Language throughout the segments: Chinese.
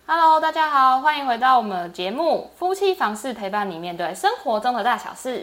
Hello， 大家好，欢迎回到我们的节目《夫妻房事》，陪伴你面对生活中的大小事。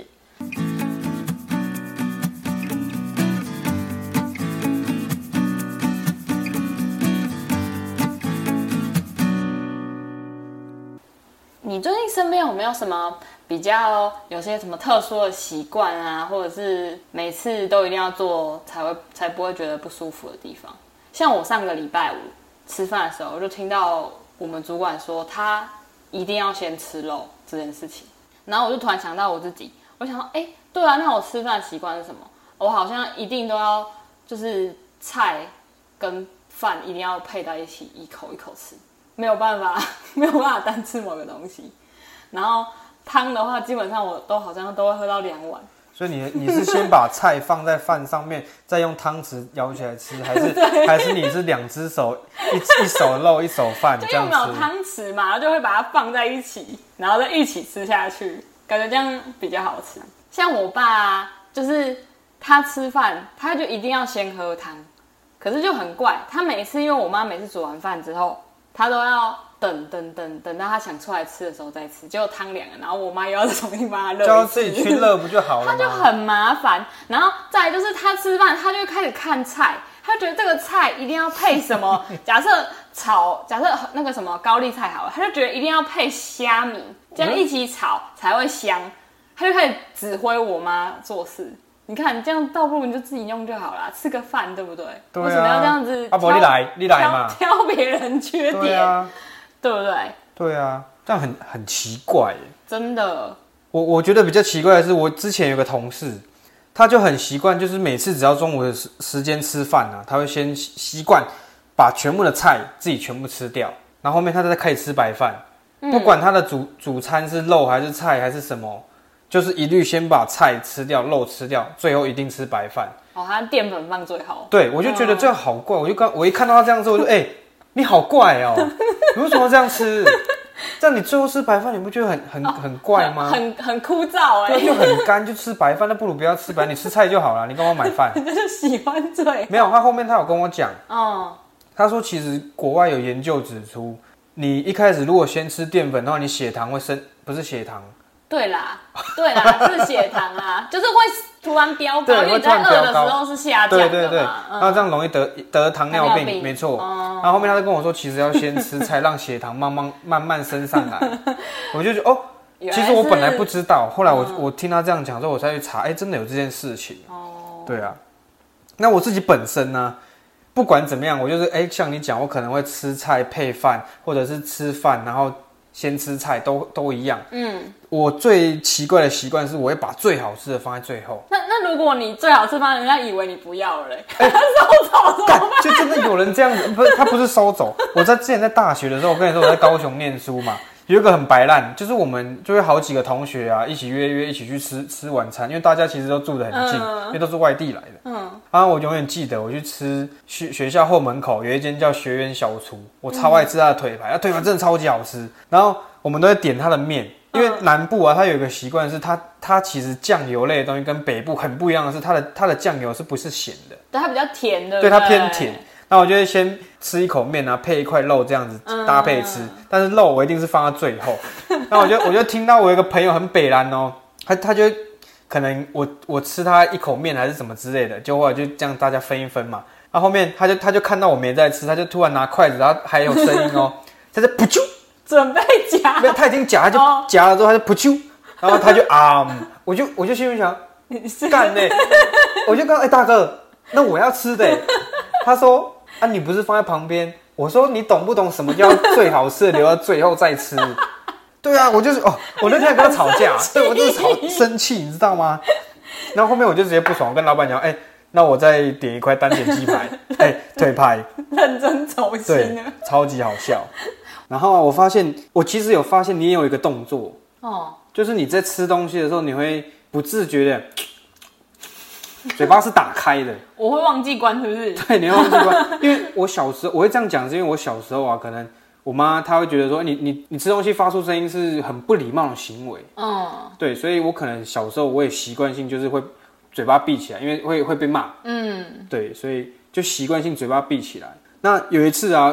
你最近身边有没有什么比较有些什么特殊的习惯啊，或者是每次都一定要做才不会觉得不舒服的地方？像我上个礼拜五吃饭的时候，我就听到我们主管说他一定要先吃肉这件事情，然后我就突然想到我自己，我想说，对啊，那我吃饭习惯是什么？我好像一定都要就是菜跟饭一定要配在一起，一口一口吃，没有办法单吃某个东西。然后汤的话，基本上我都好像都会喝到2碗。 所以你是先把菜放在饭上面，再用汤匙舀起来吃，还是你是2只手一手肉一手饭这样吃？ 就因为没有汤匙嘛，然后就会把它放在一起，然后再一起吃下去，感觉这样比较好吃。像我爸就是他吃饭，他就一定要先喝汤，可是就很怪，他每次因为我妈每次煮完饭之后，他都要等到他想出来吃的时候再吃，结果汤凉了，然后我妈又要再重新帮他热一次， 叫自己去热不就好了吗？ 他就很麻烦。然后再来就是他吃饭，他就开始看菜，他觉得这个菜一定要配什么，假设那个什么高丽菜好了，他就觉得一定要配虾米，这样一起炒才会香，他就开始指挥我妈做事。你看，这样倒不如你就自己用就好啦，吃个饭，对不对？ 对啊， 为什么要这样子？ 不你来嘛， 挑别人缺点，对啊，对不对？ 对啊，这样很奇怪耶， 真的。 我觉得比较奇怪的是，我之前有个同事，他就很习惯，就是每次只要中午的时间吃饭啊，他会先习惯把全部的菜自己全部吃掉，然后后面他再开始吃白饭，不管他的主餐是肉还是菜还是什么。就是一律先把菜吃掉，肉吃掉，最后一定吃白饭。 他淀粉放最好。 对，我就觉得这样好怪。我一看到他这样做，我就你好怪哦，你为什么要这样吃？这样你最后吃白饭，你不觉得很怪吗？ 很枯燥对，就很干，就吃白饭，那不如不要吃白，你吃菜就好了。你干嘛买饭？ 你就是喜欢最没有，他后面他有跟我讲，他说其实国外有研究指出，你一开始如果先吃淀粉的话，你血糖会不是血糖。 对啦，是血糖啊，就是会突然飙高，因为你在饿的时候是下降的嘛。 对，然后这样容易得糖尿病，没错。然后后面他就跟我说，其实要先吃菜，让血糖慢慢升上来。我就觉得其实我本来不知道，后来我听他这样讲之后，我才去查，真的有这件事情。对啊。那我自己本身呢，不管怎么样，我就是像你讲，我可能会吃菜配饭，或者是吃饭然后先吃菜，都一样。我最奇怪的习惯是，我会把最好吃的放在最后。 那如果你最好吃放，人家以为你不要了嘞，他收走怎么办？ 就真的有人这样子，他不是收走。我之前在大学的时候，我跟你说我在高雄念书嘛，有一个很白烂，就是我们就会好几个同学啊，一起约一起去吃晚餐，因为大家其实都住得很近，因为都是外地来的。然后我永远记得，我去吃学校后门口有一间叫学园小厨，我超爱吃他的腿排，腿排真的超级好吃。然后我们都会点他的面。因为南部啊，它有一个习惯是它其实酱油类的东西跟北部很不一样的是，它的酱油是不是咸的？ 对，它比较甜的。 对，它偏甜。那我就会先吃一口面啊，配一块肉这样子搭配吃。但是肉我一定是放在最后。那我就听到我有一个朋友很北蓝哦，他就可能我吃他一口面还是什么之类的，就后来就这样大家分一分嘛。然后后面他就看到我没在吃，他就突然拿筷子，然后还有声音哦，他就噗啾。 准备夹， 没有，他已经夹，他就夹了之后，他就噗啾，然后他就我就心里想，干嘞，我就跟大哥，那我要吃的，他说你不是放在旁边，我说你懂不懂什么叫最好吃的留到最后再吃？对啊，我就是我那天还跟他吵架，对我就是生气，你知道吗？然后后面我就直接不爽，我跟老板讲，那我再点一块单点鸡排，腿排， 认真走心啊， 超级好笑。然后我其实有发现你也有一个动作就是你在吃东西的时候，你会不自觉的嘴巴是打开的。 我会忘记关，是不是？ 对，你会忘记关，因为我小时候我会这样讲，是因为我小时候啊，可能我妈她会觉得说你吃东西发出声音是很不礼貌的行为。对，所以我可能小时候我也习惯性就是会嘴巴闭起来，因为会被骂。对，所以就习惯性嘴巴闭起来。那有一次啊。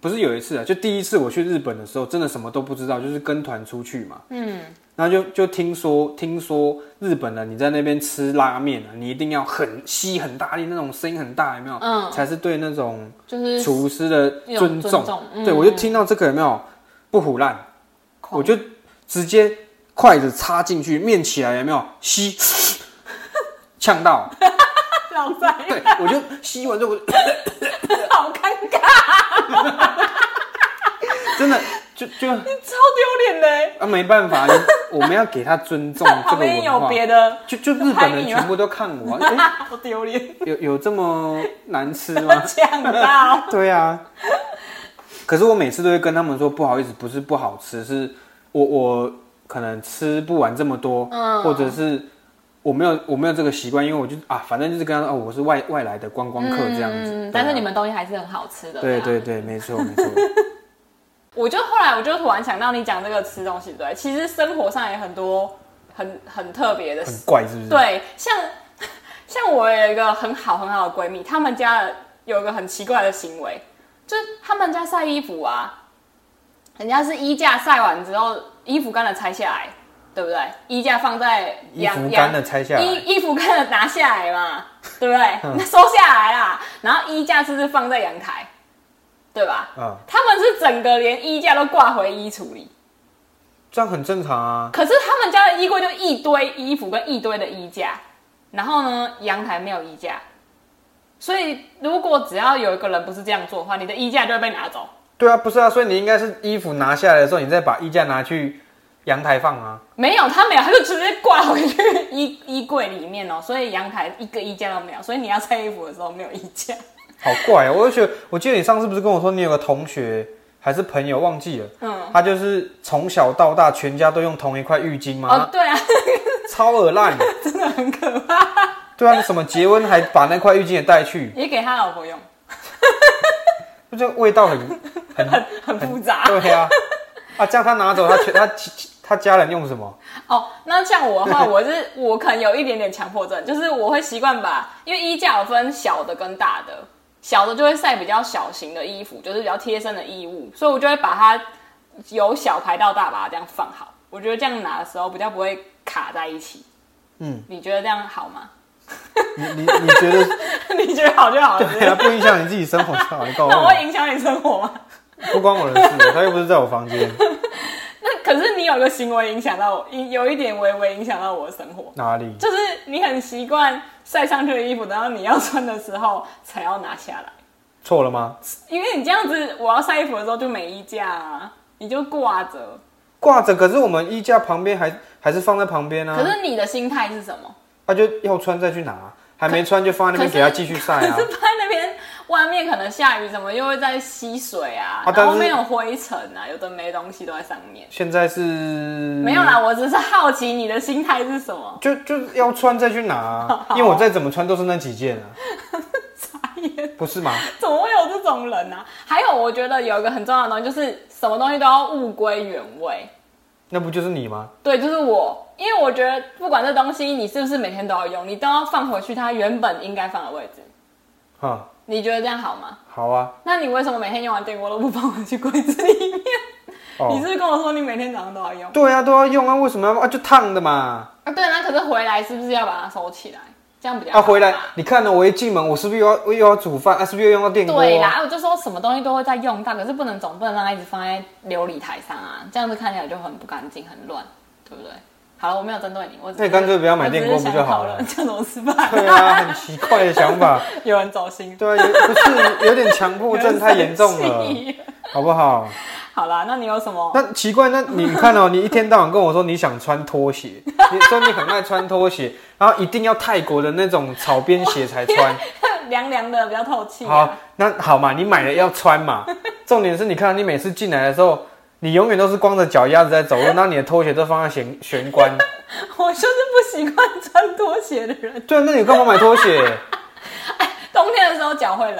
不是有一次啊，就第一次我去日本的时候，真的什么都不知道，就是跟团出去嘛。然后就听说日本人你在那边吃拉面啊，你一定要吸很大力那种声音很大，有没有？才是对那种就是厨师的尊重。对，我就听到这个有没有不唬烂，我就直接筷子插进去，面起来有没有吸，呛到。 老塞， 对，我就吸完之后， 好尴尬， 真的就你超丢脸的啊，没办法，我们要给他尊重这个文化。旁边有别的， 就日本人全部都看我， 好丢脸， 有这么难吃吗？ 呛到， 对啊。可是我每次都会跟他们说，不好意思，不是不好吃，是我可能吃不完这么多，或者是。我没有这个习惯，因为我就反正就是跟他说我是外来的观光客这样子。 但是你们东西还是很好吃的。 对对对，没错。 后来我就突然想到你讲这个吃东西，对，其实生活上也很多很特别的事， 很怪是不是？ 对，像我有一个很好的闺蜜，她们家有一个很奇怪的行为，就是她们家晒衣服啊，人家是衣架晒完之后，衣服干了拆下来。对不对？衣架放在衣服干的拆下来， 衣服干的拿下来嘛，对不对？那收下来啦，然后衣架是不是放在阳台，对吧？他们是整个连衣架都挂回衣橱里， 这样很正常啊。 可是他们家的衣柜就一堆衣服跟一堆的衣架，然后呢，阳台没有衣架，所以如果只要有一个人不是这样做的话，你的衣架就会被拿走。 对啊，不是啊，所以你应该是衣服拿下来的时候，你再把衣架拿去。阳台放啊？没有， 他就直接挂回去衣柜里面哦，所以阳台一个衣架都没有，所以你要晒衣服的时候没有衣架。 好怪哦！我记得你上次不是跟我说你有个同学还是朋友忘记了，他就是从小到大全家都用同一块浴巾吗？ 哦，对啊， 超恶烂， 真的很可怕。 对啊，什么结婚还把那块浴巾也带去， 也给他老婆用， 这味道很复杂。 对啊，这样他拿走他家人用什么？ 那像我的话，我可能有一点点强迫症，就是我会习惯因为衣架有分小的跟大的，小的就会晒比较小型的衣服，就是比较贴身的衣物，所以我就会把它由小排到大，把它这样放好。我觉得这样拿的时候比较不会卡在一起。你觉得这样好吗？ 你觉得？ 你觉得好就好了。 对啊，不影响你自己生活就好。你告诉我， 那我会影响你生活吗？ 不关我的事，他又不是在我房间。 可是你有个行为影响到我，有一点微微影响到我的生活。 哪里？ 就是你很习惯晒上去的衣服，然后你要穿的时候才要拿下来。 错了吗？ 因为你这样子，我要晒衣服的时候就没衣架啊，你就挂着。 可是我们衣架旁边还是放在旁边啊。 可是你的心态是什么？ 就要穿再去拿，还没穿就放在那边给他继续晒啊。 可是放在那边。外面可能下雨，什么又会在吸水啊，然后没有灰尘啊，有的没东西都在上面。 现在是没有啦，我只是好奇你的心态是什么。 就要穿再去拿，因为我再怎么穿都是那几件啊。 傻眼， 不是吗？ 怎么会有这种人啊？还有，我觉得有一个很重要的东西，就是什么东西都要物归原位。 那不就是你吗？ 对，就是我，因为我觉得不管这东西你是不是每天都要用，你都要放回去它原本应该放的位置。你觉得这样好吗？ 好啊。 那你为什么每天用完电锅都不放回去柜子里面？你是不是跟我说你每天早上都要用？ 对啊，都要用啊，为什么要就烫的嘛？ 对，那可是回来是不是要把它收起来？这样比较好。 回来你看呢？我一进门，我是不是又要煮饭？是不是又用到电锅？ 对啦，我就说什么东西都会再用到，可是总不能让它一直放在琉璃台上啊，这样子看起来就很不干净、很乱，对不对？好了，我没有针对你，那你干脆不要买电锅不就好了？ 这样怎么吃饭？ 对啊，很奇怪的想法。 有人走心。 对啊，不是有点强迫症太严重了，好不好？ 好啦，那你有什么？ 那奇怪，那你看哦，你一天到晚跟我说你想穿拖鞋，你说你很爱穿拖鞋，然后一定要泰国的那种草编鞋才穿， 凉凉的比较透气。 好，那好嘛，你买了要穿嘛。重点是你看你每次进来的时候。你永远都是光着脚丫子在走路，那你的拖鞋都放在玄关。 我就是不习惯穿拖鞋的人。 对啊，那你干嘛买拖鞋？ 冬天的时候脚会冷。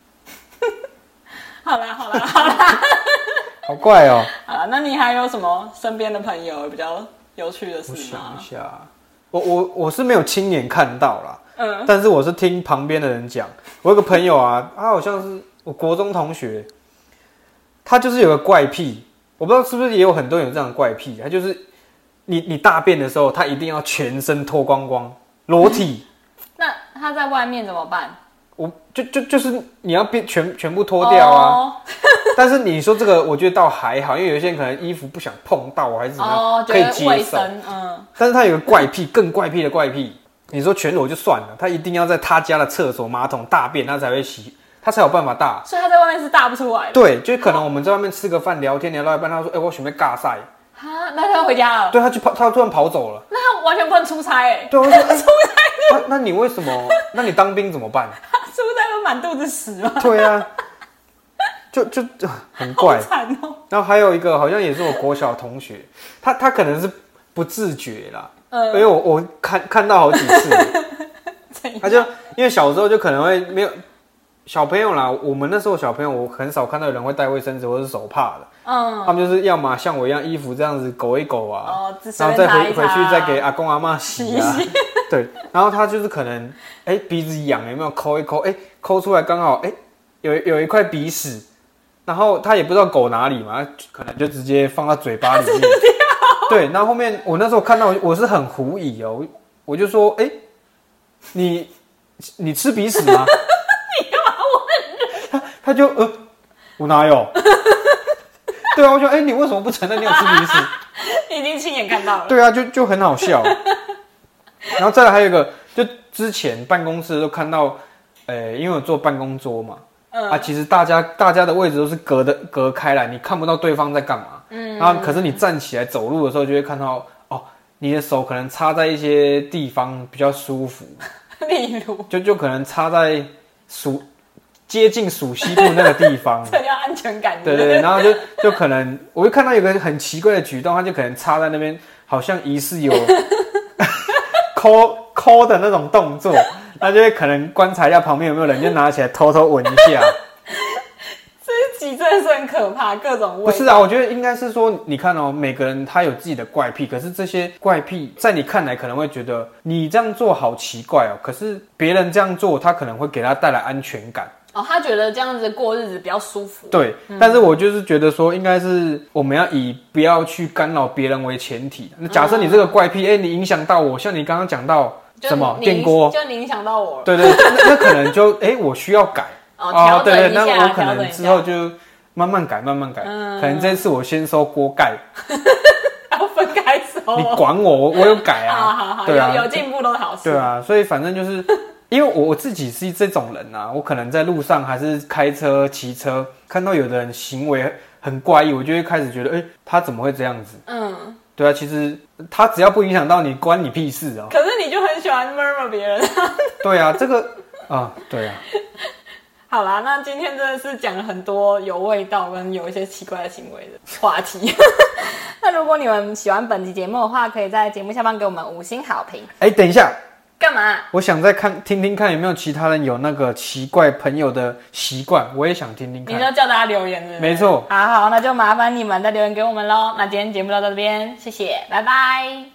好啦， 好怪哦。 好啦，那你还有什么身边的朋友比较有趣的事吗？ 我想一下，我是没有亲眼看到啦，但是我是听旁边的人讲。我有个朋友啊，他好像是我国中同学。 他就是有个怪癖，我不知道是不是也有很多人有这样的怪癖，他就是你大便的时候，他一定要全身脱光光，裸体。 那他在外面怎么办？ 就是你要全部脱掉啊。但是你说这个，我觉得倒还好，因为有些人可能衣服不想碰到，还是怎么样，可以接受。但是他有个怪癖，更怪癖的怪癖。你说全裸就算了，他一定要在他家的厕所马桶大便，他才会洗，他才有办法大。 所以他在外面是大不出来的。 对，就可能我们在外面吃个饭聊天聊到一半，他说：“我准备尬赛。” 哈，那他回家了。 对，他突然跑走了。 那他完全不能出差哎。 对，我说出差。那你为什么？那你当兵怎么办？ 出差会满肚子屎吗？ 对啊，就很怪。 好惨哦。 然后还有一个好像也是我国小同学，他可能是不自觉啦。因为我看到好几次，他就因为小时候就可能会没有小朋友啦，我们那时候小朋友我很少看到有人会带卫生纸或是手帕的，他们就是要么像我一样衣服这样子勾一勾啊，然后再回去再给阿公阿嬷洗啊，对，然后他就是可能鼻子痒有没有抠一抠，抠出来刚好有一块鼻屎，然后他也不知道狗哪里嘛，可能就直接放到嘴巴里面。对，然后后面我那时候看到我是很狐疑哦，我就说，你吃鼻屎吗？ 你干嘛问？ 他就我哪有？对啊，我说你为什么不承认你有吃鼻屎？ 你已经亲眼看到了。 对啊，就很好笑。然后再来还有一个，就之前办公室都看到，因为我坐办公桌嘛，其实大家的位置都是隔开来，你看不到对方在干嘛。然后可是你站起来走路的时候，就会看到你的手可能插在一些地方比较舒服， 例如就可能插在接近属膝部那个地方， 这叫安全感。 对，然后就可能我会看到有个很奇怪的举动，他就可能插在那边，好像疑似有抠的那种动作，他就会可能观察一下旁边有没有人，就拿起来偷偷闻一下。 这一集真的是很可怕，各种味道。 不是啊，我觉得应该是说，你看每个人他有自己的怪癖，可是这些怪癖在你看来可能会觉得你这样做好奇怪哦，可是别人这样做，他可能会给他带来安全感。 他觉得这样子过日子比较舒服。 对，但是我就是觉得说，应该是我们要以不要去干扰别人为前提。假设你这个怪癖，你影响到我，像你刚刚讲到什么电锅， 就你影响到我了。 对，那可能就我需要改。对，那我可能之后就慢慢改，可能这次我先收锅盖， 要分开收。 你管我有改啊。 好， 对啊， 有进步都是好事。 对啊，所以反正就是因为我自己是这种人啊，我可能在路上还是开车、骑车，看到有的人行为很怪异，我就会开始觉得，他怎么会这样子？对啊，其实他只要不影响到你，关你屁事啊。 可是你就很喜欢 murmur 别人。 对啊，这个对啊。 好啦，那今天真的是讲了很多有味道跟有一些奇怪的行为的话题。那如果你们喜欢本期节目的话，可以在节目下方给我们5星好评。 等一下， 干嘛？ 我想再听听看有没有其他人有那个奇怪朋友的习惯，我也想听听看。 你就叫大家留言是不是？ 没错。 好，那就麻烦你们再留言给我们咯。那今天节目就到这边，谢谢，拜拜。